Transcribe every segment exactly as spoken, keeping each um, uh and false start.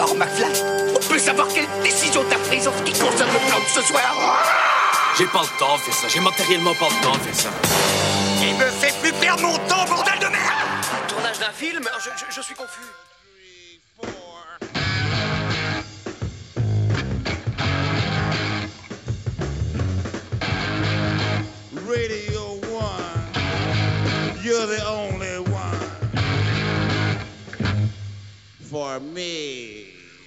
Alors, McFly, on peut savoir quelle décision t'as prise en ce qui concerne le plan de ce soir? J'ai pas le temps de faire ça, j'ai matériellement pas le temps de faire ça. Il me fait plus perdre mon temps, bordel de merde! Tournage d'un film? je, je, je suis confus. Radio One, you're the only one for me.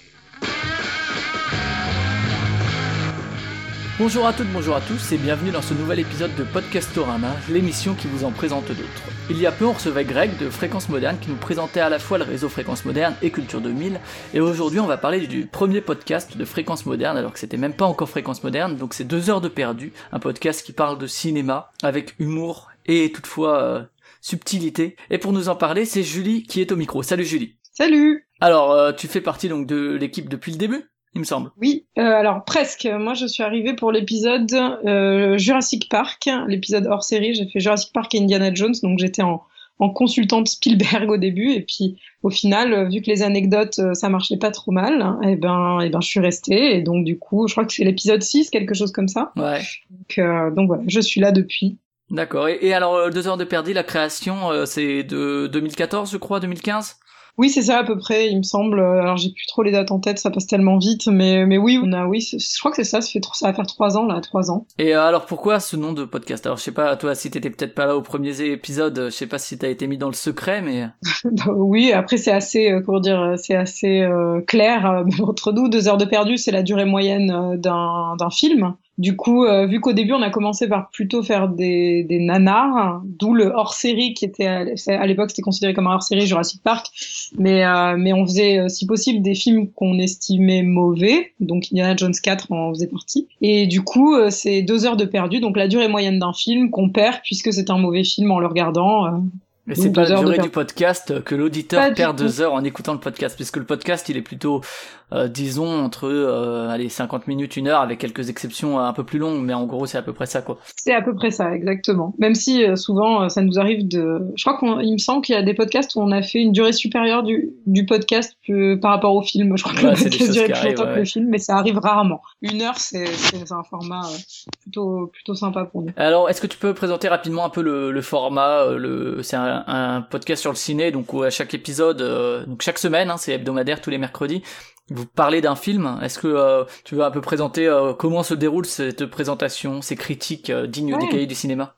Bonjour à toutes, bonjour à tous et bienvenue dans ce nouvel épisode de Podcastorama, l'émission qui vous en présente d'autres. Il y a peu on recevait Greg de Fréquence Moderne qui nous présentait à la fois le réseau Fréquence Moderne et Culture deux mille, et aujourd'hui on va parler du premier podcast de Fréquence Moderne alors que c'était même pas encore Fréquence Moderne, donc c'est deux heures de perdu, un podcast qui parle de cinéma avec humour et toutefois euh, subtilité. Et pour nous en parler, c'est Julie qui est au micro. Salut Julie. Salut. Alors euh, tu fais partie donc de l'équipe depuis le début, il me semble. Oui, euh, alors presque. Moi, je suis arrivée pour l'épisode euh, Jurassic Park, l'épisode hors série. J'ai fait Jurassic Park et Indiana Jones, donc j'étais en, en consultante Spielberg au début, et puis au final, vu que les anecdotes, ça marchait pas trop mal, et ben, et ben, je suis restée, et donc du coup, je crois que c'est l'épisode six, quelque chose comme ça. Ouais. Donc, euh, donc voilà, je suis là depuis. D'accord. Et, et alors, deux heures de perdu, la création, euh, c'est de deux mille quatorze, je crois, deux mille quinze? Oui, c'est ça à peu près, il me semble. Alors j'ai plus trop les dates en tête, ça passe tellement vite, mais mais oui, on a oui, je crois que c'est ça, ça fait ça va faire trois ans là, trois ans. Et euh, alors pourquoi ce nom de podcast? Alors je sais pas, toi si t'étais peut-être pas là au premier épisode, je sais pas si t'as été mis dans le secret, mais oui, après c'est assez, euh, comment dire, c'est assez euh, clair euh, entre nous. Deux heures de perdu, c'est la durée moyenne euh, d'un d'un film. Du coup, euh, vu qu'au début on a commencé par plutôt faire des, des nanars, d'où le hors-série qui était à, à l'époque c'était considéré comme un hors-série Jurassic Park, mais euh, mais on faisait euh, si possible des films qu'on estimait mauvais, donc Indiana Jones quatre en faisait partie. Et du coup, euh, c'est deux heures de perdu, donc la durée moyenne d'un film qu'on perd puisque c'est un mauvais film en le regardant. Euh, Mais c'est pas la durée du podcast que l'auditeur perd deux heures en écoutant le podcast, puisque le podcast il est plutôt, euh, disons, entre euh, allez cinquante minutes, une heure, avec quelques exceptions un peu plus longues, mais en gros c'est à peu près ça quoi. C'est à peu près ça, exactement. Même si euh, souvent euh, ça nous arrive de... Je crois qu'il me semble qu'il y a des podcasts où on a fait une durée supérieure du, du podcast que, par rapport au film. Je crois que ouais, le podcast durait plus arrivent, longtemps ouais. que le film, mais ça arrive rarement. Une heure, c'est, c'est un format euh, plutôt, plutôt sympa pour nous. Alors, est-ce que tu peux présenter rapidement un peu le, le format euh, le... C'est un, un podcast sur le ciné, donc où à chaque épisode, euh, donc chaque semaine, hein, c'est hebdomadaire tous les mercredis, vous parlez d'un film. Est-ce que euh, tu veux un peu présenter euh, comment se déroule cette présentation, ces critiques euh, dignes ouais. des cahiers du cinéma?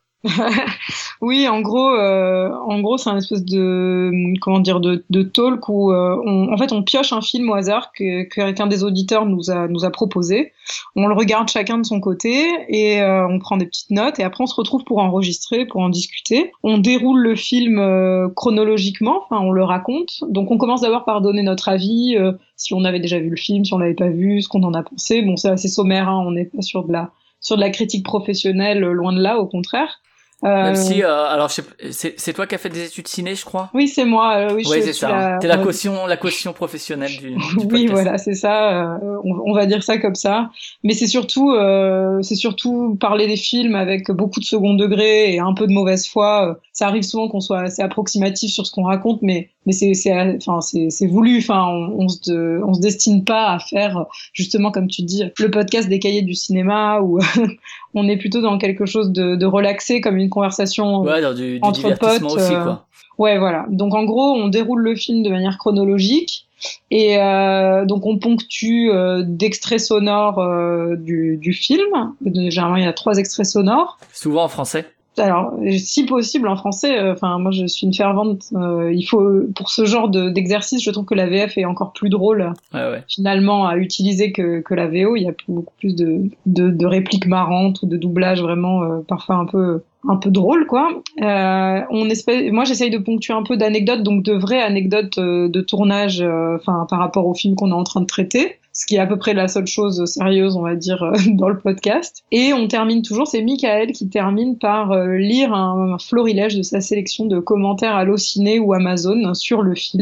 Oui, en gros, euh, en gros, c'est un espèce de comment dire de, de talk où euh, on, en fait on pioche un film au hasard que, que quelqu'un des auditeurs nous a nous a proposé. On le regarde chacun de son côté et euh, on prend des petites notes et après on se retrouve pour enregistrer, pour en discuter. On déroule le film euh, chronologiquement, enfin on le raconte. Donc on commence d'abord par donner notre avis, euh, si on avait déjà vu le film, si on l'avait pas vu, ce qu'on en a pensé. Bon, c'est assez sommaire, hein, on n'est pas sur de la sur de la critique professionnelle, loin de là, au contraire. Euh... Même si, euh, alors, je sais, c'est, c'est toi qui as fait des études ciné, je crois. Oui, c'est moi. Euh, oui, oui, je c'est suis ça. la... T'es la caution, la caution professionnelle du, du podcast. Oui, voilà, c'est ça. Euh, on, on va dire ça comme ça. Mais c'est surtout, euh, c'est surtout parler des films avec beaucoup de second degré et un peu de mauvaise foi. Ça arrive souvent qu'on soit assez approximatif sur ce qu'on raconte, mais mais c'est, c'est, enfin, c'est, c'est voulu. Enfin, on, on se, on se destine pas à faire justement, comme tu dis, le podcast des cahiers du cinéma où on est plutôt dans quelque chose de, de relaxé, comme une conversation ouais, dans du, du entre divertissement potes. Aussi, euh, quoi. Ouais, voilà. Donc en gros, on déroule le film de manière chronologique et euh, donc on ponctue euh, d'extraits sonores euh, du, du film. Généralement, il y a trois extraits sonores. Souvent en français. Alors, si possible en français. Enfin, euh, moi, je suis une fervente. Euh, il faut pour ce genre de, d'exercice, je trouve que la V F est encore plus drôle ouais, ouais. finalement à utiliser que, que la V O. Il y a beaucoup plus de, de, de répliques marrantes ou de doublage vraiment euh, parfois un peu un peu drôle, quoi. Euh, on espère, moi, j'essaye de ponctuer un peu d'anecdotes, donc de vraies anecdotes euh, de tournage, enfin, euh, par rapport au film qu'on est en train de traiter, ce qui est à peu près la seule chose sérieuse, on va dire, euh, dans le podcast. Et on termine toujours, c'est Michael qui termine par euh, lire un, un florilège de sa sélection de commentaires Allociné ou Amazon sur le film,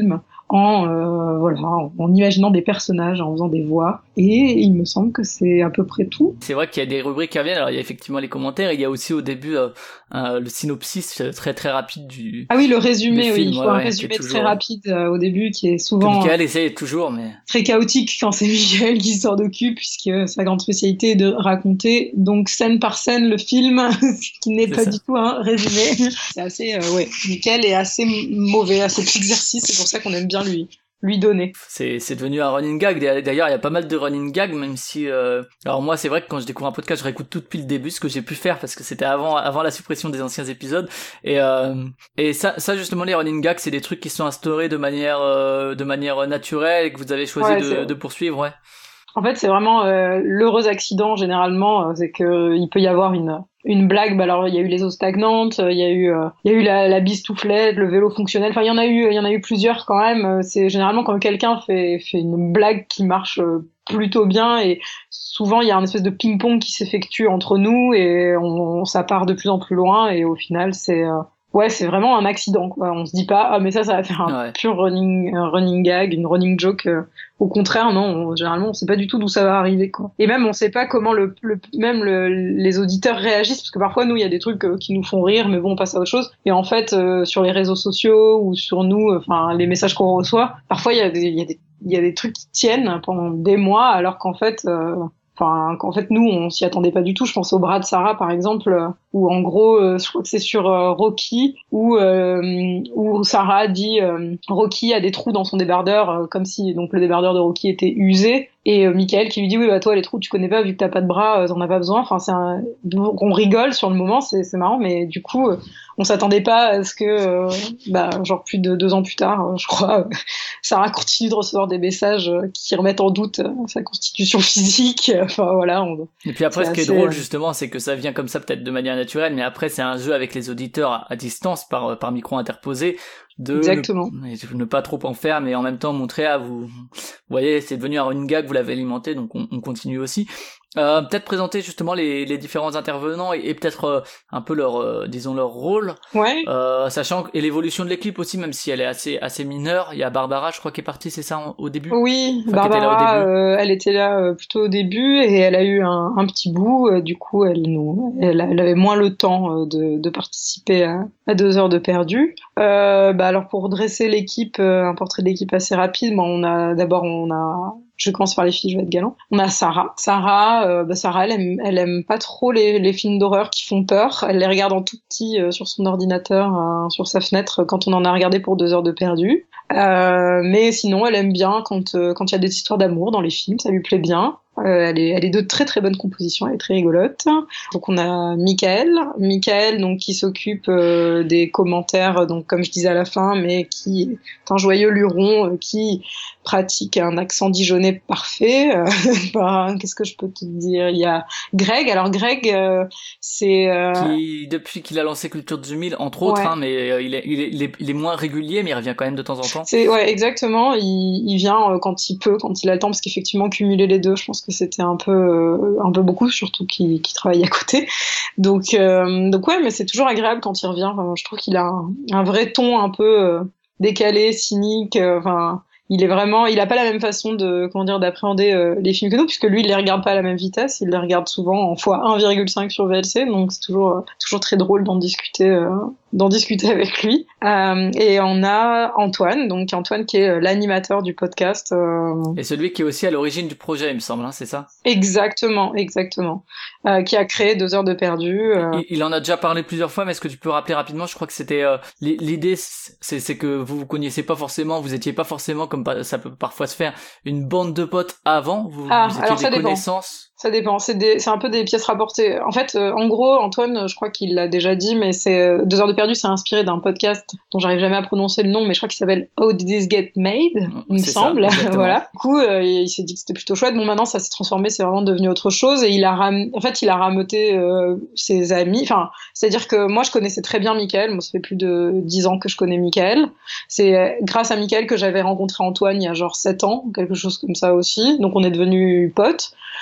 en euh, voilà, en, en imaginant des personnages, en faisant des voix. Et il me semble que c'est à peu près tout. C'est vrai qu'il y a des rubriques qui reviennent. Alors il y a effectivement les commentaires, il y a aussi au début euh, euh, le synopsis très très rapide du. Ah oui, le résumé, film, oui, il faut ouais, un ouais, résumé toujours... très rapide euh, au début qui est souvent. Michael essaie toujours, mais. Très chaotique quand c'est Michael qui s'en occupe, puisque sa grande spécialité est de raconter donc scène par scène le film, ce qui n'est C'est pas ça. du tout un résumé. C'est assez, euh, ouais, Michael est assez mauvais à cet exercice, c'est pour ça qu'on aime bien lui. lui donner. C'est, c'est devenu un running gag. D'ailleurs, il y a pas mal de running gag, même si... Euh... Alors moi, c'est vrai que quand je découvre un podcast, je réécoute tout depuis le début, ce que j'ai pu faire, parce que c'était avant avant la suppression des anciens épisodes. Et, euh... et ça, ça, justement, les running gags, c'est des trucs qui sont instaurés de manière, euh, de manière naturelle et que vous avez choisi Ouais, de, c'est... de poursuivre, ouais. En fait, c'est vraiment euh, l'heureux accident, généralement, euh, c'est que il peut y avoir une... une blague. Bah alors il y a eu les eaux stagnantes, il y a eu euh, il y a eu la, la bistouflette, le vélo fonctionnel, enfin il y en a eu il y en a eu plusieurs quand même. C'est généralement quand quelqu'un fait fait une blague qui marche plutôt bien, et souvent il y a une espèce de ping-pong qui s'effectue entre nous et on, on ça part de plus en plus loin, et au final c'est euh, ouais, c'est vraiment un accident, quoi. On se dit pas, ah, mais ça, ça va faire un Ouais. pur running, un running gag, une running joke. Euh, au contraire, non, on, généralement, on sait pas du tout d'où ça va arriver, quoi. Et même, on sait pas comment le, le même le, les auditeurs réagissent, parce que parfois, nous, il y a des trucs euh, qui nous font rire, mais bon, on passe à autre chose. Et en fait, euh, sur les réseaux sociaux ou sur nous, enfin, euh, les messages qu'on reçoit, parfois, il y a des, il y a des, il y a des trucs qui tiennent pendant des mois, alors qu'en fait, euh, Enfin, qu'en fait, nous, on s'y attendait pas du tout. Je pense au bras de Sarah, par exemple, euh, où en gros, euh, je crois que c'est sur euh, Rocky, où euh, où Sarah dit euh, Rocky a des trous dans son débardeur, euh, comme si donc le débardeur de Rocky était usé. Et euh, Michael qui lui dit oui, bah toi les trous tu connais pas vu que t'as pas de bras, euh, t'en as pas besoin. Enfin, c'est un... donc on rigole sur le moment, c'est c'est marrant, mais du coup, euh, on s'attendait pas à ce que, euh, bah genre plus de deux ans plus tard, euh, je crois, euh, Sarah continue de recevoir des messages euh, qui remettent en doute euh, sa constitution physique. Enfin voilà. On... Et puis après, c'est ce qui est assez, drôle euh, justement, c'est que ça vient comme ça peut-être de manière naturelle, mais après c'est un jeu avec les auditeurs à, à distance par par micro interposé. De Exactement. Ne, ne pas trop en faire, mais en même temps montrer à vous. Vous voyez, c'est devenu un running gag, vous l'avez alimenté, donc on, on continue aussi. Euh, peut-être présenter justement les, les différents intervenants et, et peut-être euh, un peu leur, euh, disons leur rôle. Ouais. Euh, sachant que, et l'évolution de l'équipe aussi, même si elle est assez assez mineure. Il y a Barbara, je crois, qui est partie, c'est ça, en, au début. Oui, Enfin, Barbara, euh, elle était là euh, plutôt au début et elle a eu un, un petit bout. Euh, du coup, elle nous, elle, elle avait moins le temps euh, de, de participer à, à deux heures de perdu. Euh, bah alors pour dresser l'équipe, euh, un portrait de l'équipe assez rapide, bah on a d'abord on a je commence par les filles, je vais être galant. On a Sarah. Sarah, euh, bah Sarah, elle aime, elle aime pas trop les, les films d'horreur qui font peur. Elle les regarde en tout petit euh, sur son ordinateur, euh, sur sa fenêtre, quand on en a regardé pour deux heures de perdu. Euh, mais sinon, elle aime bien quand euh, quand il y a des histoires d'amour dans les films, ça lui plaît bien. Euh, elle est, elle est de très très bonne composition, elle est très rigolote. Donc on a Michael, Michael donc qui s'occupe euh, des commentaires, donc comme je disais à la fin, mais qui est un joyeux luron euh, qui pratique un accent dijonnais parfait. Euh, ben, qu'est-ce que je peux te dire ? Il y a Greg. Alors Greg, euh, c'est euh... qui depuis qu'il a lancé Culture deux mille, entre autres, ouais. hein, mais euh, il, est, il, est, il est il est moins régulier, mais il revient quand même de temps en temps. C'est ouais, exactement. Il, il vient euh, quand il peut, quand il a le temps, parce qu'effectivement cumuler les deux, je pense que c'était un peu euh, un peu beaucoup, surtout qu'il, qu'il travaille à côté. Donc euh, donc ouais, mais c'est toujours agréable quand il revient. Enfin, je trouve qu'il a un, un vrai ton un peu euh, décalé, cynique. Enfin. Euh, Il est vraiment, il a pas la même façon de, comment dire, d'appréhender euh, les films que nous, puisque lui, il les regarde pas à la même vitesse, il les regarde souvent en fois un virgule cinq sur V L C, donc c'est toujours, euh, toujours très drôle d'en discuter, euh, d'en discuter avec lui. Euh, et on a Antoine, donc Antoine qui est l'animateur du podcast. Euh... Et celui qui est aussi à l'origine du projet, il me semble, hein, c'est ça ? Exactement, exactement. Euh, qui a créé deux heures de perdu. Euh... Il, il en a déjà parlé plusieurs fois, mais est-ce que tu peux rappeler rapidement ? Je crois que c'était euh, l'idée, c'est, c'est que vous vous connaissiez pas forcément, vous étiez pas forcément, comme ça peut parfois se faire, une bande de potes avant. Vous, ah, vous étiez alors des ça dépend. connaissances. Ça dépend, c'est, des, c'est un peu des pièces rapportées. En fait, euh, en gros, Antoine, je crois qu'il l'a déjà dit, mais c'est euh, Deux heures de perdu, c'est inspiré d'un podcast dont j'arrive jamais à prononcer le nom, mais je crois qu'il s'appelle How Did This Get Made, il me semble. Ça, voilà. Du coup, euh, il s'est dit que c'était plutôt chouette. Bon, maintenant, ça s'est transformé, c'est vraiment devenu autre chose. Et il a ram... en fait, il a rameuté euh, ses amis. Enfin, c'est-à-dire que moi, je connaissais très bien Michael. Moi, ça fait plus de dix ans que je connais Michael. C'est euh, grâce à Michael que j'avais rencontré Antoine il y a genre sept ans, quelque chose comme ça aussi. Donc, on est devenus potes. Euh,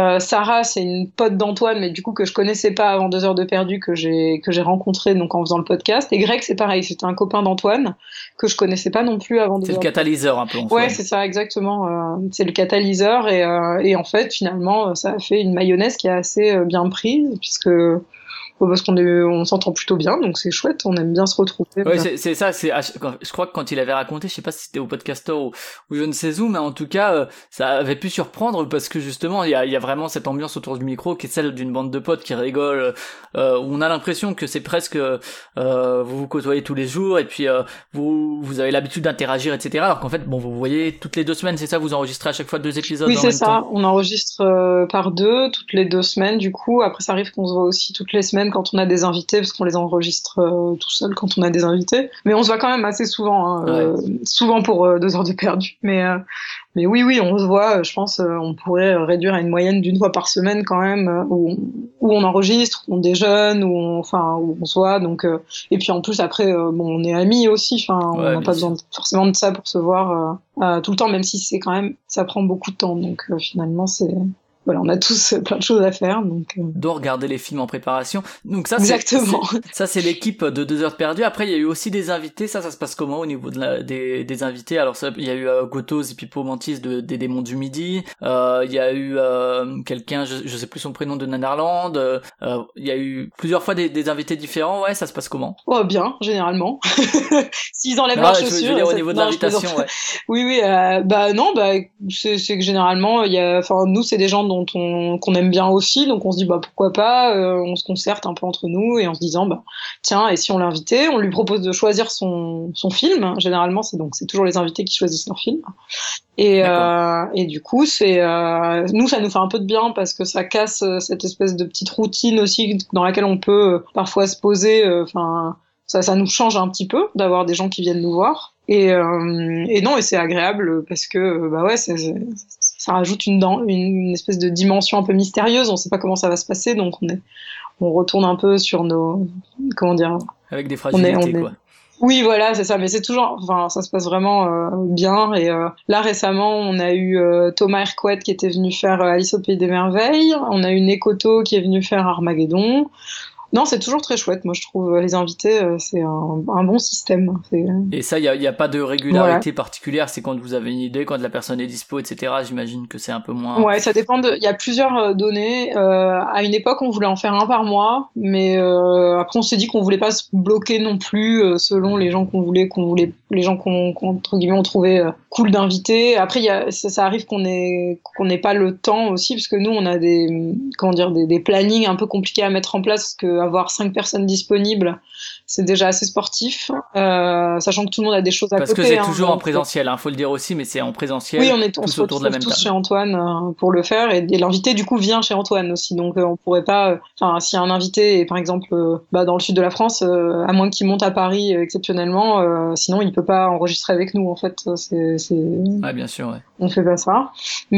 Euh, Sarah, c'est une pote d'Antoine, mais du coup que je connaissais pas avant deux heures de perdu, que j'ai que j'ai rencontré donc en faisant le podcast. Et Greg, c'est pareil, c'était un copain d'Antoine que je connaissais pas non plus avant deux c'est heures. C'est le catalyseur un peu. En ouais, c'est ça, exactement. Euh, c'est le catalyseur et euh, et en fait, finalement, ça a fait une mayonnaise qui est assez euh, bien prise puisque parce qu'on est, on s'entend plutôt bien, donc c'est chouette, on aime bien se retrouver. Ouais, c'est, c'est ça, c'est, je crois que quand il avait raconté, je sais pas si c'était au Podcaster ou, ou je ne sais où, mais en tout cas, euh, ça avait pu surprendre parce que justement, il y a, il y a vraiment cette ambiance autour du micro qui est celle d'une bande de potes qui rigolent, euh, où on a l'impression que c'est presque, euh, vous vous côtoyez tous les jours et puis, euh, vous, vous avez l'habitude d'interagir, et cetera. Alors qu'en fait, bon, vous voyez toutes les deux semaines, c'est ça, vous enregistrez à chaque fois deux épisodes. Oui, en c'est même ça, temps. On enregistre euh, par deux, toutes les deux semaines, du coup. Après, ça arrive qu'on se voit aussi toutes les semaines quand on a des invités, parce qu'on les enregistre euh, tout seul quand on a des invités. Mais on se voit quand même assez souvent, hein, ouais. euh, souvent pour euh, deux heures de perdu. Mais, euh, mais oui, oui, on se voit, je pense, euh, on pourrait réduire à une moyenne d'une fois par semaine quand même, euh, où, on, où on enregistre, où on déjeune, où on, enfin, où on se voit. Donc, euh, et puis en plus, après, euh, bon, on est amis aussi, enfin, on ouais, n'a pas sûr. besoin de, forcément de ça pour se voir euh, euh, tout le temps, même si c'est quand même, ça prend beaucoup de temps. Donc euh, finalement, c'est... Voilà, on a tous plein de choses à faire, donc. Euh... Donc regarder les films en préparation. Donc ça, exactement. C'est, c'est, ça c'est l'équipe de deux heures de perdu. Après, il y a eu aussi des invités. Ça, ça se passe comment au niveau de la, des, des invités? Alors ça, il y a eu euh, Gotos et Pipo Mantis de des Démons du Midi. Euh, il y a eu euh, quelqu'un, je, je sais plus son prénom, de Nanarland. Euh, il y a eu plusieurs fois des, des invités différents. Ouais, ça se passe comment? Oh bien, généralement. S'ils enlèvent non, leurs je, chaussures. Je veux dire, ça... au niveau de non, l'invitation, ouais. oui, oui. Euh, bah non, bah c'est, c'est que généralement, il y a, enfin nous, c'est des gens dont on qu'on aime bien aussi, donc on se dit bah pourquoi pas, euh, on se concerte un peu entre nous et en se disant bah tiens, et si on l'invitait, on lui propose de choisir son son film. Généralement, c'est donc c'est toujours les invités qui choisissent leur film. Et euh, et du coup, c'est euh, nous ça nous fait un peu de bien parce que ça casse cette espèce de petite routine aussi dans laquelle on peut euh, parfois se poser. Enfin, euh, ça ça nous change un petit peu d'avoir des gens qui viennent nous voir. Et euh, et non, et c'est agréable parce que bah ouais, c'est, c'est ça rajoute une, une, une espèce de dimension un peu mystérieuse. On sait pas comment ça va se passer, donc on est, on retourne un peu sur nos, comment dire, avec des fragilités, on est, on est... quoi. Oui, voilà, c'est ça. Mais c'est toujours, enfin, ça se passe vraiment euh, bien. Et euh, là récemment, on a eu euh, Thomas Hercouet qui était venu faire euh, Alice au Pays des Merveilles. On a eu Nekoto qui est venu faire Armageddon. Non, c'est toujours très chouette. Moi, je trouve les invités, c'est un, un bon système. C'est... Et ça, il y a, y a pas de régularité voilà. particulière. C'est quand vous avez une idée, quand la personne est dispo, et cetera. J'imagine que c'est un peu moins. Ouais, ça dépend. De... Il y a plusieurs données. Euh, à une époque, on voulait en faire un par mois, mais euh, après, on s'est dit qu'on voulait pas se bloquer non plus euh, selon les gens qu'on voulait, qu'on voulait, les gens qu'on, qu'on entre guillemets, on trouvait euh, cool d'inviter. Après, il y a, ça, ça arrive qu'on ait, qu'on n'ait pas le temps aussi, parce que nous, on a des, comment dire, des, des plannings un peu compliqués à mettre en place, parce que avoir cinq personnes disponibles, c'est déjà assez sportif, euh, sachant que tout le monde a des choses à Parce côté. Parce que c'est hein, toujours donc, en présentiel, hein, faut le dire aussi, mais c'est en présentiel. Oui, on est tous on se autour de la même tous table. chez Antoine euh, pour le faire, et, et l'invité du coup vient chez Antoine aussi, donc euh, on pourrait pas. Enfin, euh, s'il y a un invité, et par exemple, euh, bah, dans le sud de la France, euh, à moins qu'il monte à Paris euh, exceptionnellement, euh, sinon il peut pas enregistrer avec nous en fait. C'est, c'est... Ouais, bien sûr, ouais. On fait pas ça.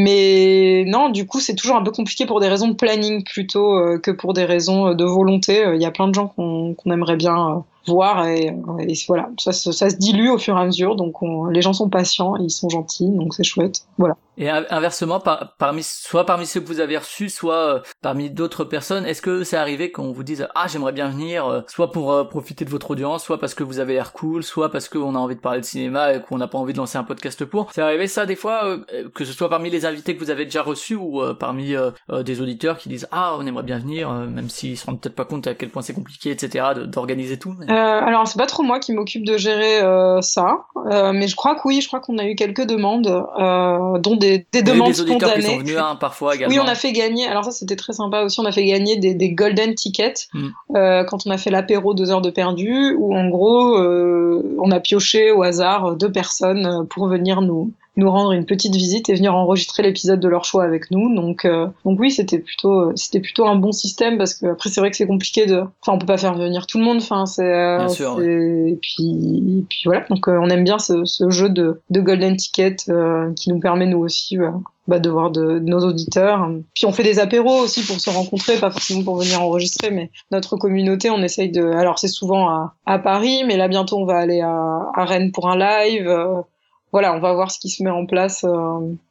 Mais non, du coup, c'est toujours un peu compliqué pour des raisons de planning plutôt euh, que pour des raisons de volonté. Il y a plein de gens qu'on, qu'on aimerait bien euh, voir et, et voilà, ça, ça, ça se dilue au fur et à mesure. Donc on, les gens sont patients, ils sont gentils, donc c'est chouette. Voilà. Et inversement, par, parmi, soit parmi ceux que vous avez reçus, soit euh, parmi d'autres personnes, est-ce que c'est arrivé qu'on vous dise « Ah, j'aimerais bien venir euh, », soit pour euh, profiter de votre audience, soit parce que vous avez l'air cool, soit parce qu'on a envie de parler de cinéma et qu'on n'a pas envie de lancer un podcast pour. C'est arrivé ça des fois, euh, que ce soit parmi les invités que vous avez déjà reçus ou euh, parmi euh, euh, des auditeurs qui disent « Ah, on aimerait bien venir euh, », même s'ils se rendent peut-être pas compte à quel point c'est compliqué, et cetera, de, d'organiser tout. Mais... Euh, alors, c'est pas trop moi qui m'occupe de gérer euh, ça, euh, mais je crois que oui, je crois qu'on a eu quelques demandes, euh, dont des, des demandes des auditeurs spontanées. Qui sont venus, hein, parfois également. Oui, on a fait gagner, alors ça c'était très sympa aussi, on a fait gagner des, des golden tickets mm. euh, quand on a fait l'apéro deux heures de perdu, où en gros, euh, on a pioché au hasard deux personnes pour venir nous nous rendre une petite visite et venir enregistrer l'épisode de leur choix avec nous. Donc, euh, donc oui, c'était plutôt, c'était plutôt un bon système parce que après c'est vrai que c'est compliqué de, enfin on peut pas faire venir tout le monde. Enfin c'est, euh, bien sûr, c'est... Ouais. et puis, et puis voilà. Donc euh, on aime bien ce, ce jeu de, de golden ticket euh, qui nous permet nous aussi. Euh, Bah, de voir de, de nos auditeurs. Puis on fait des apéros aussi pour se rencontrer, pas forcément pour venir enregistrer, mais notre communauté, on essaye de... Alors c'est souvent à, à Paris, mais là bientôt on va aller à, à Rennes pour un live. Euh, voilà, on va voir ce qui se met en place euh,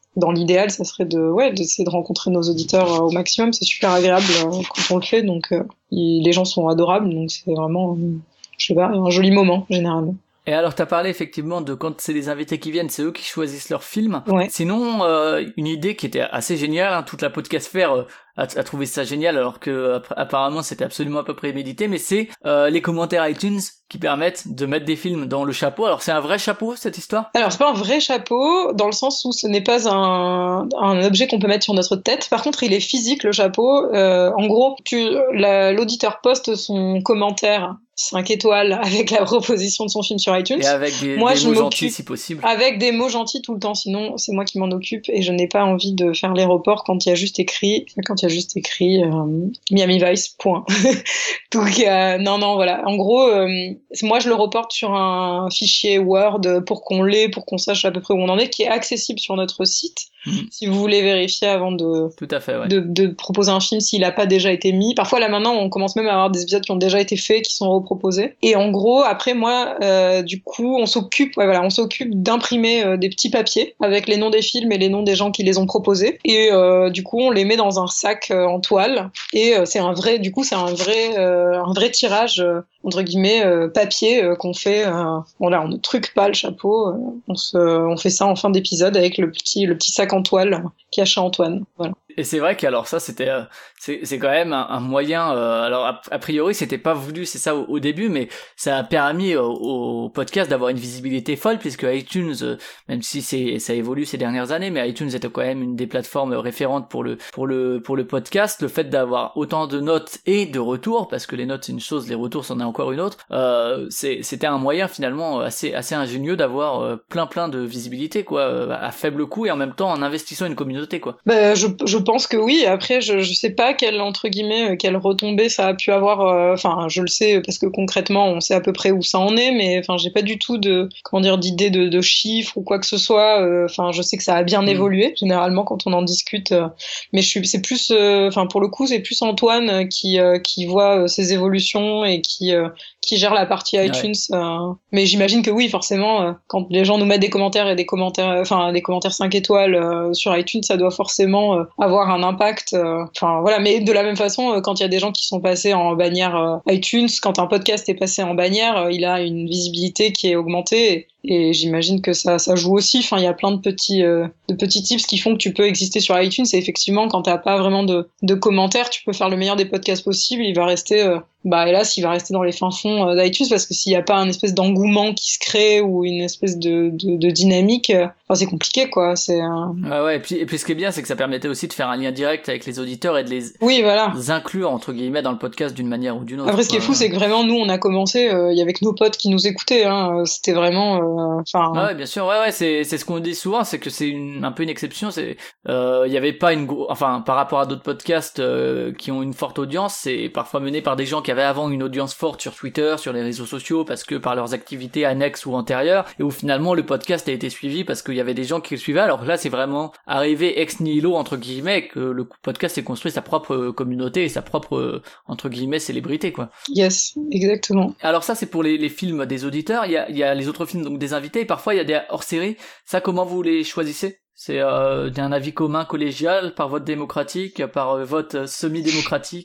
dans l'idéal, ça serait de, ouais, d'essayer de rencontrer nos auditeurs euh, au maximum. C'est super agréable euh, quand on le fait, donc euh, il, les gens sont adorables, donc c'est vraiment, euh, je sais pas, un joli moment généralement. Et alors, t'as parlé effectivement de quand c'est les invités qui viennent, c'est eux qui choisissent leur film. Ouais. Sinon, euh, une idée qui était assez géniale, hein, toute la podcastphère euh, a, a trouvé ça génial, alors que apparemment c'était absolument pas prémédité, mais c'est euh, les commentaires iTunes qui permettent de mettre des films dans le chapeau. Alors, c'est un vrai chapeau, cette histoire ? Alors, c'est pas un vrai chapeau, dans le sens où ce n'est pas un, un objet qu'on peut mettre sur notre tête. Par contre, il est physique, le chapeau. Euh, en gros, tu, la, l'auditeur poste son commentaire cinq étoiles avec la proposition de son film sur iTunes. Et avec des, moi, des je mots m'occupe gentils si possible. Avec des mots gentils tout le temps, sinon c'est moi qui m'en occupe et je n'ai pas envie de faire les reports quand il y a juste écrit, quand il y a juste écrit euh, Miami Vice, point. Donc euh, non, non, voilà. En gros, euh, moi je le reporte sur un fichier Word pour qu'on l'ait, pour qu'on sache à peu près où on en est, qui est accessible sur notre site. Mmh. Si vous voulez vérifier avant de, Tout à fait, ouais. de, de proposer un film s'il n'a pas déjà été mis. Parfois, là maintenant, on commence même à avoir des épisodes qui ont déjà été faits, qui sont reproposés. Et en gros, après moi, euh, du coup, on s'occupe, ouais, voilà, on s'occupe d'imprimer euh, des petits papiers avec les noms des films et les noms des gens qui les ont proposés. Et euh, du coup, on les met dans un sac euh, en toile. Et euh, c'est un vrai, du coup, c'est un vrai, euh, un vrai tirage. Euh, entre guillemets euh, papier euh, qu'on fait euh, bon là on ne truque pas le chapeau euh, on se on fait ça en fin d'épisode avec le petit le petit sac en toile qu'a chez Antoine, voilà. Et c'est vrai qu'alors ça c'était euh, c'est c'est quand même un, un moyen euh, alors a, a priori c'était pas voulu, c'est ça au, au début, mais ça a permis au, au podcast d'avoir une visibilité folle, puisque iTunes euh, même si c'est ça évolue ces dernières années, mais iTunes était quand même une des plateformes référentes pour le pour le pour le podcast. Le fait d'avoir autant de notes et de retours, parce que les notes c'est une chose, les retours c'en est encore une autre, euh, c'est c'était un moyen finalement assez assez ingénieux d'avoir euh, plein plein de visibilité quoi, euh, à faible coût et en même temps en investissant une communauté quoi. Bah, je je pense que oui. Après, je je sais pas quelle entre guillemets quelle retombée ça a pu avoir. Enfin, euh, je le sais parce que concrètement, on sait à peu près où ça en est, mais enfin, j'ai pas du tout de comment dire d'idée de, de chiffres ou quoi que ce soit. Enfin, euh, je sais que ça a bien mmh. évolué généralement quand on en discute, euh, mais je suis c'est plus enfin euh, pour le coup c'est plus Antoine qui euh, qui voit euh, ces évolutions et qui euh, qui gère la partie iTunes. Ouais. Euh, mais j'imagine que oui, forcément, euh, quand les gens nous mettent des commentaires et des commentaires, enfin des commentaires cinq étoiles euh, sur iTunes, ça doit forcément euh, avoir un impact. Enfin euh, voilà, mais de la même façon, euh, quand il y a des gens qui sont passés en bannière euh, iTunes, quand un podcast est passé en bannière, euh, il a une visibilité qui est augmentée. Et, Et j'imagine que ça, ça joue aussi. Enfin, il y a plein de petits, euh, de petits tips qui font que tu peux exister sur iTunes. Et effectivement, quand t'as pas vraiment de, de commentaires, tu peux faire le meilleur des podcasts possibles. Il va rester, euh, bah, hélas, il va rester dans les fins fonds euh, d'iTunes, parce que s'il y a pas un espèce d'engouement qui se crée ou une espèce de, de, de dynamique, euh, enfin, c'est compliqué, quoi. C'est, euh... ouais, ouais. Et puis, et puis, ce qui est bien, c'est que ça permettait aussi de faire un lien direct avec les auditeurs et de les, oui, voilà. inclure, entre guillemets, dans le podcast d'une manière ou d'une autre. Après, ce qui est fou, c'est que vraiment, nous, on a commencé, il euh, y avait que nos potes qui nous écoutaient, hein. C'était vraiment, enfin, euh, ouais, bien sûr, ouais, ouais, c'est, c'est ce qu'on dit souvent, c'est que c'est une, un peu une exception. C'est, euh, il y avait pas une, gro... enfin, par rapport à d'autres podcasts euh, qui ont une forte audience, c'est parfois mené par des gens qui avaient avant une audience forte sur Twitter, sur les réseaux sociaux, parce que par leurs activités annexes ou antérieures, et où finalement le podcast a été suivi parce qu'il y avait des gens qui le suivaient. Alors là, c'est vraiment arrivé ex nihilo entre guillemets, que le podcast s'est construit sa propre communauté et sa propre entre guillemets célébrité, quoi. Yes, exactement. Alors ça, c'est pour les, les films des auditeurs. Il y a, il y a les autres films donc des invités. Et parfois, il y a des hors-séries. Ça, comment vous les choisissez ? C'est euh, un avis commun collégial, par vote démocratique, par euh, vote semi-démocratique ?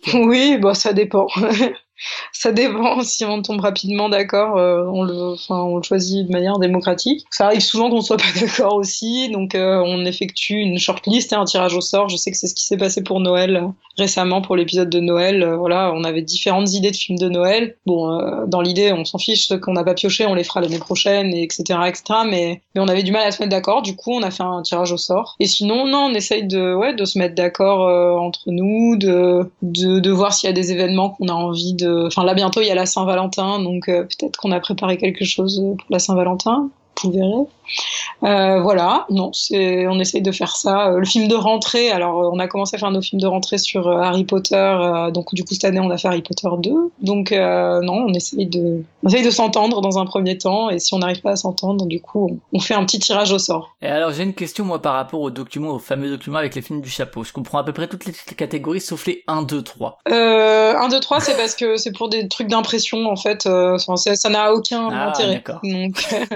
Oui, bah ça dépend. Ça dépend. Si on tombe rapidement d'accord, euh, on le, enfin, on le choisit de manière démocratique. Ça arrive souvent qu'on soit pas d'accord aussi, donc euh, on effectue une shortlist et un tirage au sort. Je sais que c'est ce qui s'est passé pour Noël euh, récemment, pour l'épisode de Noël. Euh, voilà, on avait différentes idées de films de Noël. Bon, euh, dans l'idée, on s'en fiche. Ceux qu'on n'a pas pioché, on les fera l'année prochaine, et etc., et cetera. Mais, mais on avait du mal à se mettre d'accord. Du coup, on a fait un tirage au sort. Et sinon, non, on essaye de, ouais, de se mettre d'accord euh, entre nous, de, de, de voir s'il y a des événements qu'on a envie de. Enfin, là, bientôt, il y a la Saint-Valentin, donc euh, peut-être qu'on a préparé quelque chose pour la Saint-Valentin. Vous verrez. Euh, voilà, non, c'est, on essaye de faire ça. Euh, le film de rentrée, alors on a commencé à faire nos films de rentrée sur euh, Harry Potter, euh, donc du coup cette année on a fait Harry Potter deux. Donc euh, non, on essaye de, on essaye de s'entendre dans un premier temps, et si on n'arrive pas à s'entendre, du coup on, on fait un petit tirage au sort. Et alors j'ai une question moi par rapport aux documents, aux fameux documents avec les films du chapeau. Je comprends à peu près toutes les catégories sauf les un, deux, trois. Euh, un, deux, trois, c'est parce que c'est pour des trucs d'impression en fait. Euh, ça n'a aucun ah, intérêt. D'accord. Donc... d'accord.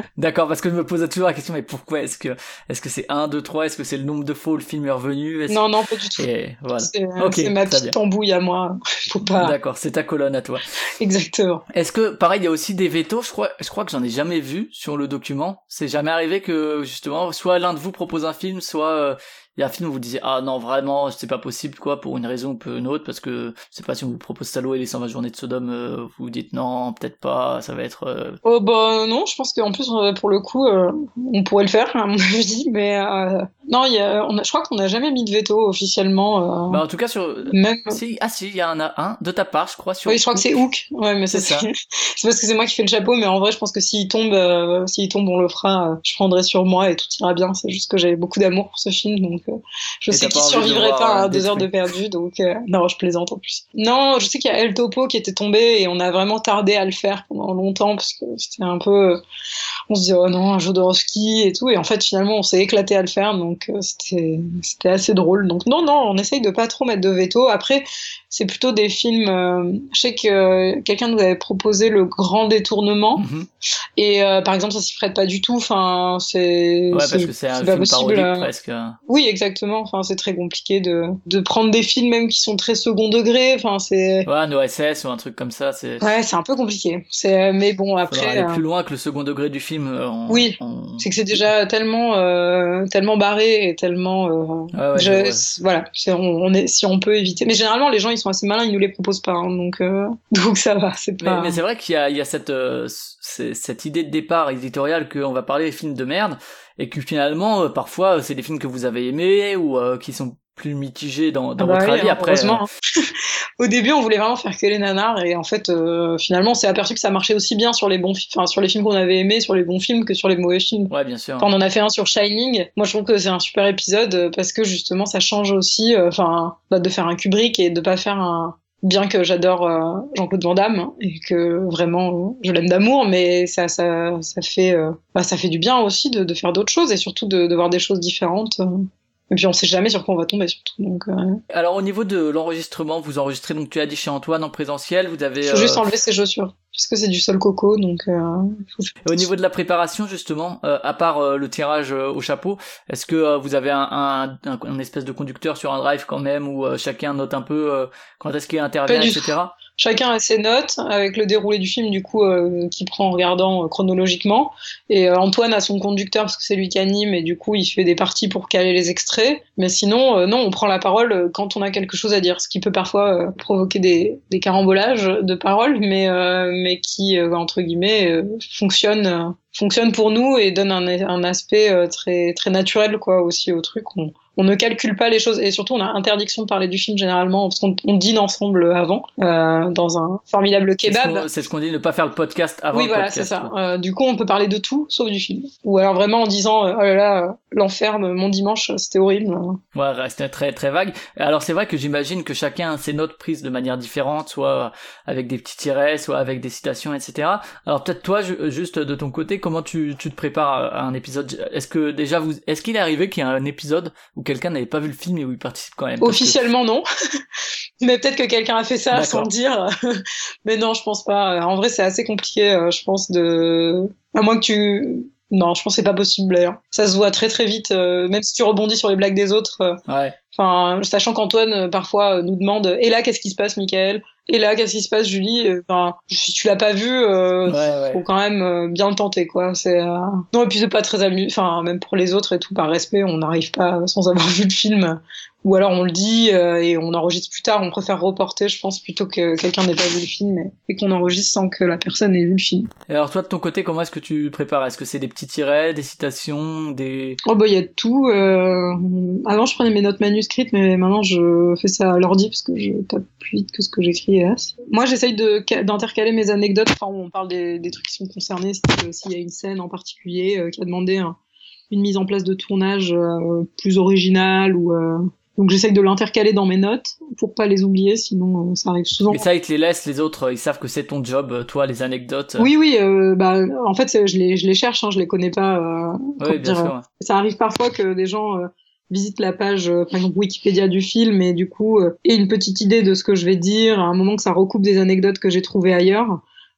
parce que je me posais toujours la question, mais pourquoi est-ce que est-ce que c'est un, deux, trois, est-ce que c'est le nombre de fois où le film est revenu? Est-ce... Non, non, pas du tout. Et voilà. C'est, okay, c'est ma petite embouille à moi. Faut pas. D'accord, c'est ta colonne à toi. Exactement. Est-ce que, pareil, il y a aussi des vétos? Je crois, je crois que j'en ai jamais vu sur le document. C'est jamais arrivé que, justement, soit l'un de vous propose un film, soit euh, il y a un film où vous disiez ah non vraiment c'est pas possible quoi pour une raison ou pour une autre, parce que je sais pas si on vous propose Salo et les cent vingt journées de Sodome, euh, vous vous dites non peut-être pas, ça va être. Euh... Oh bah non, je pense qu'en plus pour le coup euh, on pourrait le faire à mon avis, mais euh, non il y a, on a, je crois qu'on n'a jamais mis de veto officiellement. Euh, bah en tout cas sur. Même. Si, ah si il y en a un de ta part je crois sur. Oui je crois que c'est Hook. Ouais mais c'est ça. C'est, c'est parce que c'est moi qui fais le chapeau, mais en vrai je pense que s'il tombe, euh, s'il tombe on le fera. Euh, je prendrai sur moi et tout ira bien. C'est juste que j'avais beaucoup d'amour pour ce film, donc. Euh, Je et sais qu'il survivrait pas à deux heures de perdu, donc euh, non, je plaisante en plus. Non, je sais qu'il y a El Topo qui était tombé et on a vraiment tardé à le faire pendant longtemps parce que c'était un peu, on se dit oh non, un Jodorowsky et tout, et en fait finalement on s'est éclaté à le faire, donc euh, c'était c'était assez drôle. Donc non non, on essaye de pas trop mettre de veto. Après c'est plutôt des films. Euh, je sais que euh, quelqu'un nous avait proposé Le Grand Détournement, mm-hmm. et euh, par exemple ça s'y prête pas du tout. Enfin c'est. Ouais c'est, parce que c'est un c'est film parodique euh... presque. Oui exactement. Enfin c'est très compliqué de de prendre des films même qui sont très second degré. Enfin c'est. Ouais un O S S ou un truc comme ça c'est. Ouais c'est un peu compliqué. C'est mais bon après. Faudra aller euh... plus loin que le second degré du film. En, oui. En... C'est que c'est déjà tellement euh, tellement barré et tellement. Euh... Ouais, ouais, je... ouais. Voilà c'est, on, on est si on peut éviter. Mais généralement les gens ils sont assez malins, ils nous les proposent pas hein, donc euh... donc ça va c'est pas. Mais, mais c'est vrai qu'il y a il y a cette euh, cette idée de départ éditoriale qu'on va parler des films de merde et que finalement euh, parfois c'est des films que vous avez aimés ou euh, qui sont plus mitigés dans, dans ah bah votre oui, avis hein, après. Heureusement. Euh... Au début on voulait vraiment faire que les nanars et en fait euh, finalement on s'est aperçu que ça marchait aussi bien sur les bons fi- enfin sur les films qu'on avait aimés, sur les bons films que sur les mauvais films. Ouais bien sûr. Enfin, on en a fait un sur Shining. Moi je trouve que c'est un super épisode parce que justement ça change aussi enfin euh, bah, de faire un Kubrick et de pas faire un. Bien que j'adore euh, Jean-Claude Van Damme et que vraiment euh, je l'aime d'amour, mais ça ça ça fait euh, bah, ça fait du bien aussi de, de faire d'autres choses et surtout de, de voir des choses différentes. Euh. Et puis on sait jamais sur quoi on va tomber surtout. Donc. Euh... Alors au niveau de l'enregistrement, vous enregistrez donc tu as dit chez Antoine en présentiel, vous avez. Il faut euh... juste enlever ses chaussures parce que c'est du sol coco donc. Euh... Et au niveau de la préparation justement, euh, à part euh, le tirage euh, au chapeau, est-ce que euh, vous avez un, un, un, un espèce de conducteur sur un drive quand même où euh, chacun note un peu euh, quand est-ce qu'il intervient, et cetera. Chacun a ses notes avec le déroulé du film du coup euh, qu'il prend en regardant euh, chronologiquement et euh, Antoine a son conducteur parce que c'est lui qui anime et du coup il fait des parties pour caler les extraits, mais sinon euh, non on prend la parole euh, quand on a quelque chose à dire, ce qui peut parfois euh, provoquer des, des carambolages de paroles mais, euh, mais qui euh, entre guillemets euh, fonctionne euh, fonctionne pour nous et donne un, un aspect euh, très, très naturel quoi aussi au truc. On, on ne calcule pas les choses et surtout on a interdiction de parler du film généralement parce qu'on on dîne ensemble avant euh, dans un formidable kebab. C'est ce, qu'on, c'est ce qu'on dit, ne pas faire le podcast avant oui, le voilà, podcast. Oui voilà c'est ça. Euh, du coup on peut parler de tout sauf du film. Ou alors vraiment en disant euh, oh là là euh, l'enfer mon dimanche c'était horrible. Ouais c'était très très vague. Alors c'est vrai que j'imagine que chacun a ses notes prises de manière différente, soit avec des petits tirets, soit avec des citations et cetera. Alors peut-être toi je, juste de ton côté comment tu, tu te prépares à un épisode? Est-ce que déjà vous, est-ce qu'il est arrivé qu'il y a un épisode où quelqu'un n'avait pas vu le film et où il participe quand même? Officiellement que... non, mais peut-être que quelqu'un a fait ça D'accord. sans le dire. Mais non, je pense pas. En vrai, c'est assez compliqué, je pense de, à moins que tu, non, je pense que c'est pas possible. D'ailleurs. Ça se voit très très vite, même si tu rebondis sur les blagues des autres. Ouais. Enfin, sachant qu'Antoine parfois nous demande et là qu'est-ce qui se passe, Michael? Et là, qu'est-ce qui se passe, Julie? Enfin, si tu l'as pas vu, euh, ouais, ouais. faut quand même euh, bien le tenter, quoi. C'est euh... non, et puis c'est pas très amusant. Enfin, même pour les autres et tout, par respect, on n'arrive pas sans avoir vu le film. Ou alors on le dit euh, et on enregistre plus tard. On préfère reporter, je pense, plutôt que quelqu'un n'ait pas vu le film et, et qu'on enregistre sans que la personne ait vu le film. Et alors toi, de ton côté, comment est-ce que tu prépares? Est-ce que c'est des petits tirets, des citations, des... Oh bah il y a de tout. Euh... Avant, je prenais mes notes manuscrites, mais maintenant je fais ça à l'ordi parce que je tape plus vite que ce que j'écris, hélas. Moi, j'essaye de, d'intercaler mes anecdotes. Enfin, on parle des, des trucs qui sont concernés, c'est, s'il y a une scène en particulier euh, qui a demandé un, une mise en place de tournage euh, plus originale ou... Euh... Donc j'essaye de l'intercaler dans mes notes pour pas les oublier, sinon euh, ça arrive souvent. Mais ça, ils te les laissent, les autres, ils savent que c'est ton job, toi, les anecdotes. Oui, oui, euh, bah en fait je les, je les cherche, hein, je les connais pas. Euh, oui, bien dire, sûr. Euh, ça arrive parfois que des gens euh, visitent la page, euh, par exemple Wikipédia du film, et du coup euh, aient une petite idée de ce que je vais dire, à un moment que ça recoupe des anecdotes que j'ai trouvées ailleurs.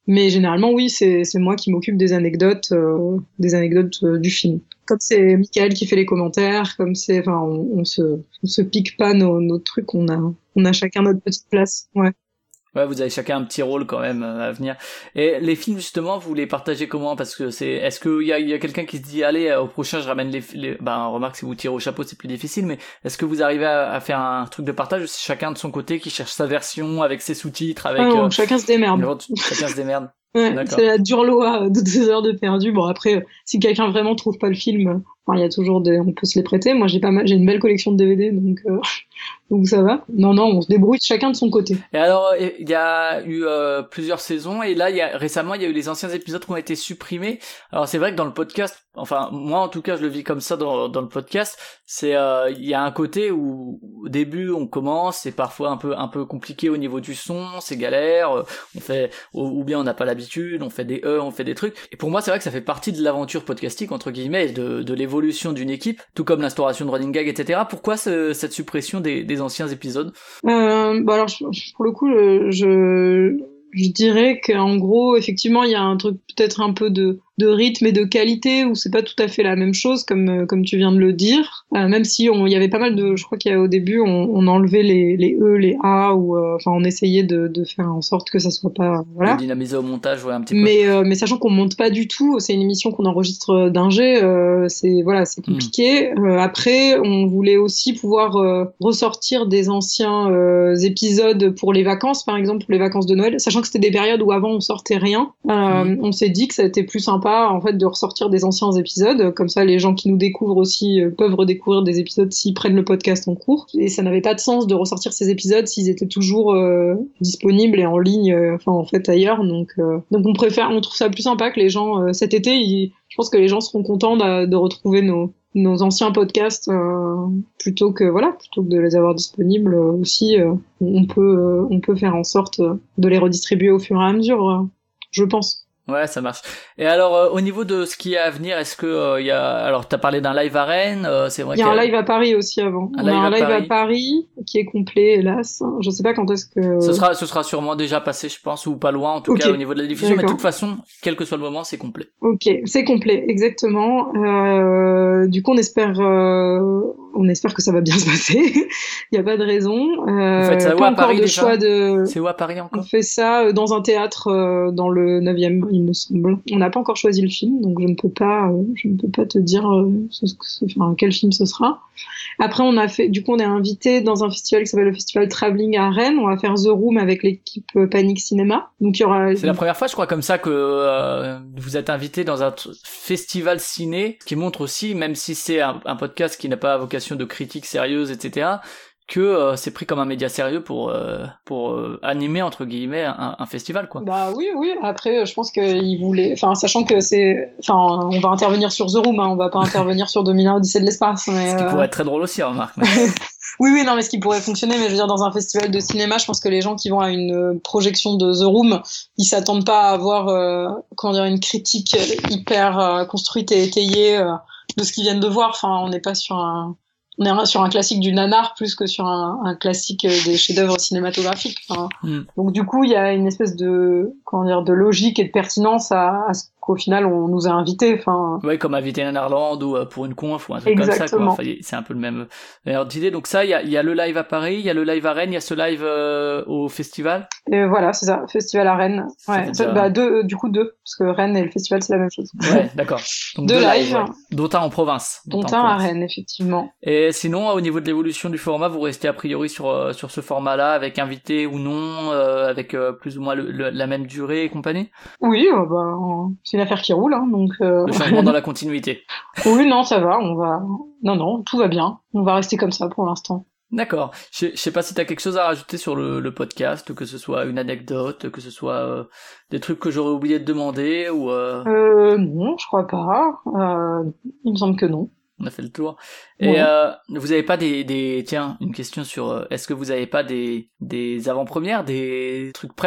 Mais généralement, oui, c'est, c'est moi qui m'occupe des anecdotes, euh, des anecdotes euh, du film. Comme c'est Michael qui fait les commentaires, comme c'est, enfin, on, on se, on se pique pas nos, nos trucs, on a, on a chacun notre petite place. Ouais. Ouais, vous avez chacun un petit rôle quand même euh, à venir. Et les films justement, vous les partagez comment? Parce que c'est, est-ce qu'il y a, il y a quelqu'un qui se dit, allez, euh, au prochain, je ramène les, les... ben remarque, si vous tirez au chapeau, c'est plus difficile. Mais est-ce que vous arrivez à, à faire un truc de partage, ou c'est chacun de son côté qui cherche sa version avec ses sous-titres, avec ah non, euh... chacun se démerde. Chacun se démerde. Ouais, c'est la dure loi de deux heures de perdu. Bon après, si quelqu'un vraiment trouve pas le film, enfin il y a toujours des, on peut se les prêter. Moi j'ai pas mal, j'ai une belle collection de D V D, donc euh, donc ça va. Non non, on se débrouille chacun de son côté. Et alors il y a eu euh, plusieurs saisons, et là il y a récemment il y a eu les anciens épisodes qui ont été supprimés. Alors c'est vrai que dans le podcast, enfin moi en tout cas je le vis comme ça dans dans le podcast, c'est euh, il y a un côté où au début on commence, c'est parfois un peu un peu compliqué au niveau du son, c'est galère, on fait ou, ou bien on n'a pas l'habitude, on fait des E, on fait des trucs. Et pour moi, c'est vrai que ça fait partie de l'aventure podcastique, entre guillemets, de, de l'évolution d'une équipe, tout comme l'instauration de running gag, et cetera. Pourquoi ce, cette suppression des, des anciens épisodes? euh, bah alors, je, pour le coup, je, je, je dirais qu'en gros, effectivement, il y a un truc peut-être un peu de, de rythme et de qualité où c'est pas tout à fait la même chose, comme, comme tu viens de le dire. Euh, même si on, il y avait pas mal de, je crois qu'il y a au début, on, on enlevait les, les E, les A, ou euh, enfin on essayait de, de faire en sorte que ça soit pas, voilà. De dynamiser au montage, ouais, un petit peu. Mais, euh, mais sachant qu'on monte pas du tout, c'est une émission qu'on enregistre d'ingé, euh, c'est voilà, c'est compliqué. Mmh. Euh, après, on voulait aussi pouvoir euh, ressortir des anciens euh, épisodes pour les vacances, par exemple pour les vacances de Noël, sachant que c'était des périodes où avant on sortait rien. Euh, mmh. On s'est dit que ça a été plus sympa en fait de ressortir des anciens épisodes, comme ça les gens qui nous découvrent aussi euh, peuvent redécouvrir des épisodes s'ils prennent le podcast en cours. Et ça n'avait pas de sens de ressortir ces épisodes s'ils étaient toujours euh, disponibles et en ligne, euh, enfin en fait ailleurs. Donc euh, donc on préfère, on trouve ça plus sympa que les gens euh, cet été. Ils, je pense que les gens seront contents de, de retrouver nos nos anciens podcasts euh, plutôt que voilà plutôt que de les avoir disponibles euh, aussi. Euh, on peut euh, on peut faire en sorte de les redistribuer au fur et à mesure, euh, je pense. Ouais, ça marche. Et alors, euh, au niveau de ce qui est à venir, est-ce que euh, il y a, alors t'as parlé d'un live à Rennes, euh, c'est vrai. Il y a un live à Paris aussi avant. Un On live a un à live Paris. à Paris qui est complet, hélas. Je sais pas quand est-ce que. Ce sera, ce sera sûrement déjà passé, je pense, ou pas loin, en tout okay. cas au niveau de la diffusion. D'accord. Mais de toute façon, quel que soit le moment, c'est complet. Ok, c'est complet, exactement. Euh, du coup, on espère, euh, on espère que ça va bien se passer. Il y a pas de raison. Euh, Vous faites ça où à Paris de déjà choix de... C'est où à Paris encore? On fait ça dans un théâtre euh, dans le neuvième, il me semble. On n'a pas encore choisi le film, donc je ne peux pas, euh, je ne peux pas te dire euh, ce, ce, enfin, quel film ce sera. Après, on a fait, du coup, on est invité dans un festival qui s'appelle le Festival Travelling à Rennes. On va faire The Room avec l'équipe Panic Cinéma. Donc il y aura. C'est la première fois, je crois, comme ça que euh, vous êtes invité dans un t- festival ciné, qui montre aussi, même si c'est un, un podcast qui n'a pas vocation de critique sérieuse, et cetera, que euh, c'est pris comme un média sérieux pour euh, pour euh, animer entre guillemets un, un festival, quoi. Bah oui, oui. Après, je pense qu'ils voulaient, enfin, sachant que c'est, enfin, on va intervenir sur The Room, hein, on va pas intervenir sur deux mille un Odyssée de l'espace. Mais, ce qui euh... pourrait être très drôle aussi, remarque. Mais... oui, oui, non, mais ce qui pourrait fonctionner, mais je veux dire, dans un festival de cinéma, je pense que les gens qui vont à une projection de The Room, ils s'attendent pas à avoir, euh, comment dire, une critique hyper euh, construite et étayée euh, de ce qu'ils viennent de voir. Enfin, on n'est pas sur un On est sur un classique du nanar plus que sur un, un classique des chefs-d'œuvre cinématographiques. Enfin, mm. Donc du coup, il y a une espèce de, comment dire, de logique et de pertinence à, à ce qu'au final on nous a invités. Enfin. Ouais, comme inviter Nanarland ou euh, pour une conf ou un truc Exactement. comme ça, quoi. Enfin, c'est un peu le même ordre d'idée. Donc ça, il y a, il y a le live à Paris, il y a le live à Rennes, il y a ce live euh, au festival. Et voilà, c'est ça, festival à Rennes. Ouais, déjà... bah deux, du coup deux, parce que Rennes et le festival c'est la même chose. Ouais, d'accord. Donc deux, deux lives, live, ouais. Dont un en province. Dont un à Rennes, effectivement. Et sinon, au niveau de l'évolution du format, vous restez a priori sur euh, sur ce format-là, avec invité ou non, euh, avec euh, plus ou moins le, le, la même durée et compagnie. Oui, euh, bah c'est une affaire qui roule, hein, donc. Euh... Le changement dans la continuité. Oui, non, ça va, on va. Non, non, tout va bien. On va rester comme ça pour l'instant. D'accord. Je, je sais pas si t'as quelque chose à rajouter sur le, le podcast, que ce soit une anecdote, que ce soit euh, des trucs que j'aurais oublié de demander ou. Euh... euh non, je crois pas. Euh, il me semble que non. On a fait le tour. Et ouais. euh, vous avez pas des, des, tiens, une question sur, euh, est-ce que vous avez pas des, des avant-premières, des trucs presse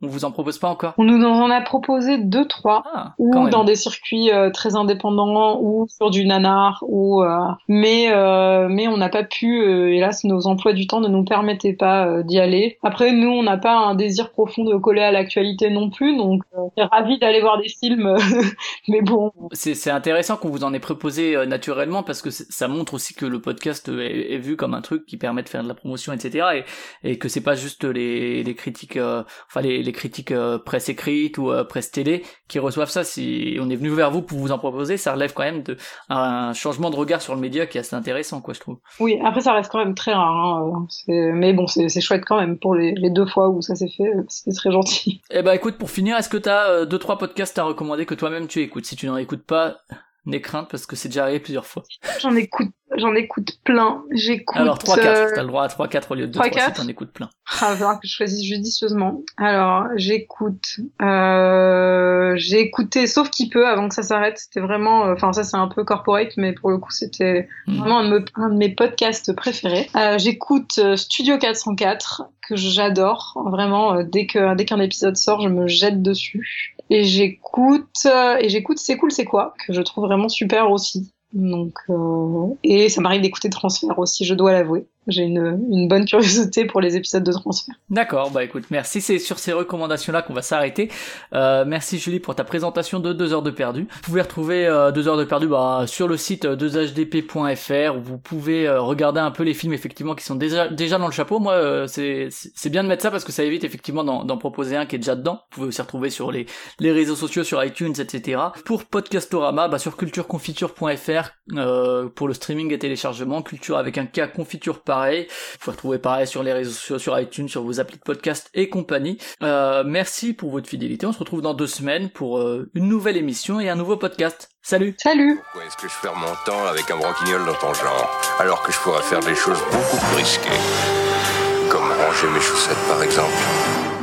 On vous en propose pas encore? On nous en a proposé deux, trois, ah, ou dans des circuits euh, très indépendants, ou sur du nanar, ou euh, mais euh, mais on n'a pas pu. Euh, hélas, nos emplois du temps ne nous permettaient pas euh, d'y aller. Après, nous, on n'a pas un désir profond de coller à l'actualité non plus, donc euh, on est ravis d'aller voir des films. Mais bon, c'est c'est intéressant qu'on vous en ait proposé euh, naturellement parce que ça montre aussi que le podcast est, est vu comme un truc qui permet de faire de la promotion, et cetera. Et, et que c'est pas juste les les critiques, euh, enfin les les critiques euh, presse écrite ou euh, presse télé qui reçoivent ça. Si on est venu vers vous pour vous en proposer, ça relève quand même de un changement de regard sur le média qui est assez intéressant, quoi, je trouve. Oui, après ça reste quand même très rare, hein. C'est... mais bon, c'est, c'est chouette quand même pour les, les deux fois où ça s'est fait, c'était très gentil. Eh ben écoute, pour finir, est-ce que t'as euh, deux trois podcasts à recommander que toi-même tu écoutes? Si tu n'en écoutes pas, n'aie crainte parce que c'est déjà arrivé plusieurs fois. J'en écoute, j'en écoute plein. J'écoute. Alors trois quatre, euh... t'as le droit à trois quatre au lieu de deux trois si t'en écoutes plein. Ah, il va falloir que je choisisse judicieusement. Alors, j'écoute. Euh... J'ai écouté Sauf qui peut avant que ça s'arrête. C'était vraiment. Enfin, euh, ça c'est un peu corporate, mais pour le coup, c'était mmh. vraiment un de, me... un de mes podcasts préférés. Euh, j'écoute euh, Studio quatre cent quatre que j'adore. Vraiment, euh, dès que dès qu'un épisode sort, je me jette dessus. Et j'écoute euh, et j'écoute C'est cool, c'est quoi que je trouve vraiment super aussi. Donc euh, et ça m'arrive d'écouter Transfert aussi, je dois l'avouer. J'ai une, une bonne curiosité pour les épisodes de Transfert. D'accord, bah écoute, merci, c'est sur ces recommandations-là qu'on va s'arrêter. Euh, merci Julie pour ta présentation de deux heures de perdu. Vous pouvez retrouver euh, deux heures de perdu bah, sur le site deux h d p point f r où vous pouvez euh, regarder un peu les films effectivement qui sont déjà déjà dans le chapeau. Moi, euh, c'est c'est bien de mettre ça parce que ça évite effectivement d'en, d'en proposer un qui est déjà dedans. Vous pouvez aussi retrouver sur les les réseaux sociaux, sur iTunes, et cetera. Pour Podcastorama, bah sur cultureconfiture point f r euh, pour le streaming et téléchargement. Culture avec un K, confiture pareil. Vous pouvez retrouver pareil sur les réseaux sociaux, sur iTunes, sur vos applis de podcast et compagnie. Euh, merci pour votre fidélité. On se retrouve dans deux semaines pour euh, une nouvelle émission et un nouveau podcast. Salut. Salut. Pourquoi est-ce que je perds mon temps avec un branquignol dans ton genre, alors que je pourrais faire des choses beaucoup plus risquées, comme ranger mes chaussettes par exemple.